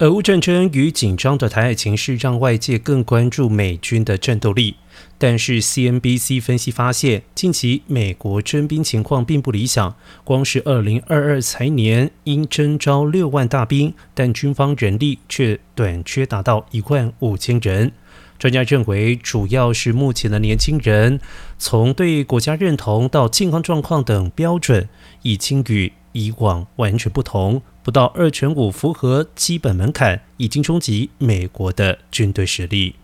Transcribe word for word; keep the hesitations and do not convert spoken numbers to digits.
俄乌战争与紧张的台海情势让外界更关注美军的战斗力，但是 C N B C 分析发现，近期美国征兵情况并不理想，光是二零二二财年应征召六万大兵，但军方人力却短缺达到一万五千人。专家认为，主要是目前的年轻人从对国家认同到健康状况等标准，已经与以往完全不同，不到二成五符合基本门槛，已经冲击美国的军队实力。